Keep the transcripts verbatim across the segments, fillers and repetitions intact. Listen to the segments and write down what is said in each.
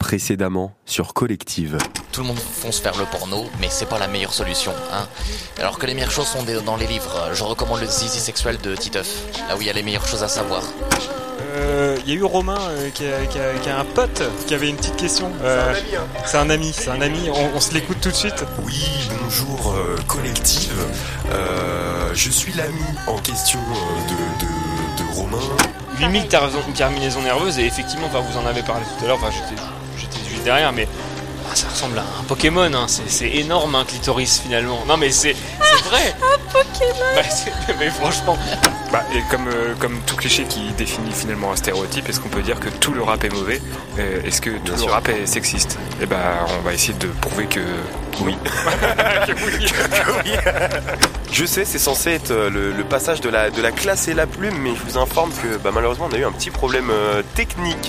Précédemment sur Collective. Tout le monde fonce vers le porno, mais c'est pas la meilleure solution, hein. Alors que les meilleures choses sont dans les livres. Je recommande le Zizi sexuel de Titeuf, là où il y a les meilleures choses à savoir. Il euh, y a eu Romain euh, qui, a, qui, a, qui a un pote qui avait une petite question. Euh, c'est un ami, c'est un ami. C'est un ami. On, on se l'écoute tout de suite. Oui, bonjour euh, Collective. Euh, je suis l'ami en question euh, de, de, de Romain. huit mille terminaisons nerveuses, et effectivement, enfin, vous en avez parlé tout à l'heure. Enfin, j'étais, j'étais juste derrière, mais ah, ça ressemble à un Pokémon. Hein. C'est, c'est énorme, un clitoris finalement. Non, mais c'est, c'est vrai. Un Pokémon. Bah, c'est, mais franchement. Bah, et comme, euh, comme tout cliché qui définit finalement un stéréotype, est-ce qu'on peut dire que tout le rap est mauvais ? euh, Est-ce que tout Bien le sûr. rap est sexiste ? Et bah, on va essayer de prouver que oui. que oui. que oui. Je sais, c'est censé être le, le passage de la, de la classe et la plume, mais je vous informe que bah, malheureusement on a eu un petit problème euh, technique.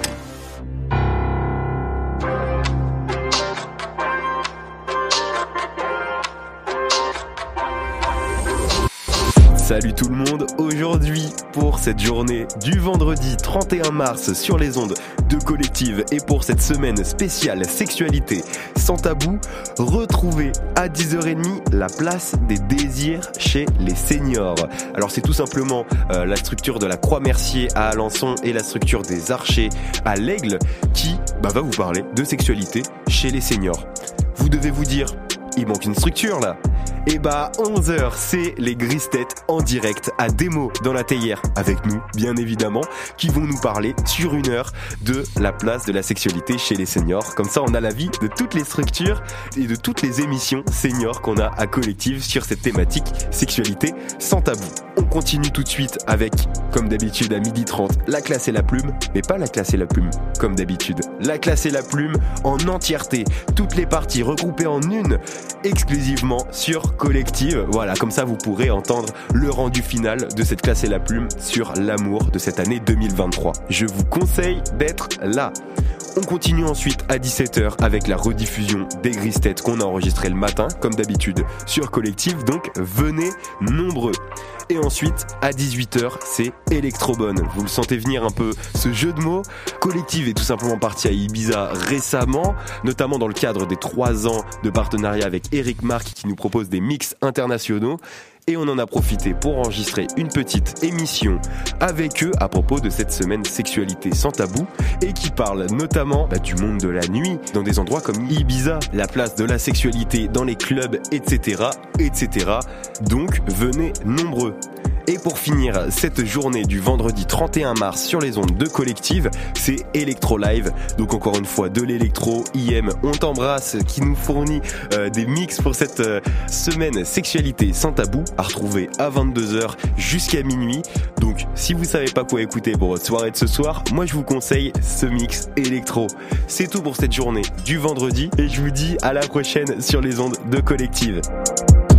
Salut tout le monde, aujourd'hui pour cette journée du vendredi trente et un mars sur les ondes de Collective et pour cette semaine spéciale sexualité sans tabou, retrouvez à dix heures trente la place des désirs chez les seniors. Alors c'est tout simplement euh, la structure de la Croix-Mercier à Alençon et la structure des Archers à l'Aigle qui bah, va vous parler de sexualité chez les seniors. Vous devez vous dire, il manque une structure là. Et bah onze heures, c'est les Grises Têtes en direct à Démo dans la théière avec nous bien évidemment qui vont nous parler sur une heure de la place de la sexualité chez les seniors. Comme ça on a l'avis de toutes les structures et de toutes les émissions seniors qu'on a à Collective sur cette thématique sexualité sans tabou. On continue tout de suite avec, comme d'habitude à midi trente, la classe et la plume, mais pas la classe et la plume comme d'habitude. La classe et la plume en entièreté, toutes les parties regroupées en une, exclusivement sur Collective. Voilà, comme ça vous pourrez entendre le rendu final de cette classe et la plume sur l'amour de cette année deux mille vingt-trois. Je vous conseille d'être là. On continue ensuite à dix-sept heures avec la rediffusion des Grises Têtes qu'on a enregistré le matin, comme d'habitude, sur Collective, donc venez nombreux. Et ensuite, à dix-huit heures, c'est Electrobonne. Vous le sentez venir un peu ce jeu de mots. Collective est tout simplement parti à Ibiza récemment, notamment dans le cadre des trois ans de partenariat avec Eric Marc qui nous propose des mix internationaux. Et on en a profité pour enregistrer une petite émission avec eux à propos de cette semaine sexualité sans tabou et qui parle notamment bah, du monde de la nuit dans des endroits comme Ibiza, la place de la sexualité dans les clubs, et cetera, et cetera. Donc venez nombreux. Et pour finir cette journée du vendredi trente et un mars sur les ondes de Collective, c'est Electro Live. Donc encore une fois de l'électro, I M, on t'embrasse, qui nous fournit euh, des mix pour cette euh, semaine sexualité sans tabou à retrouver à vingt-deux heures jusqu'à minuit. Donc si vous savez pas quoi écouter pour votre soirée de ce soir, moi je vous conseille ce mix électro. C'est tout pour cette journée du vendredi et je vous dis à la prochaine sur les ondes de Collective.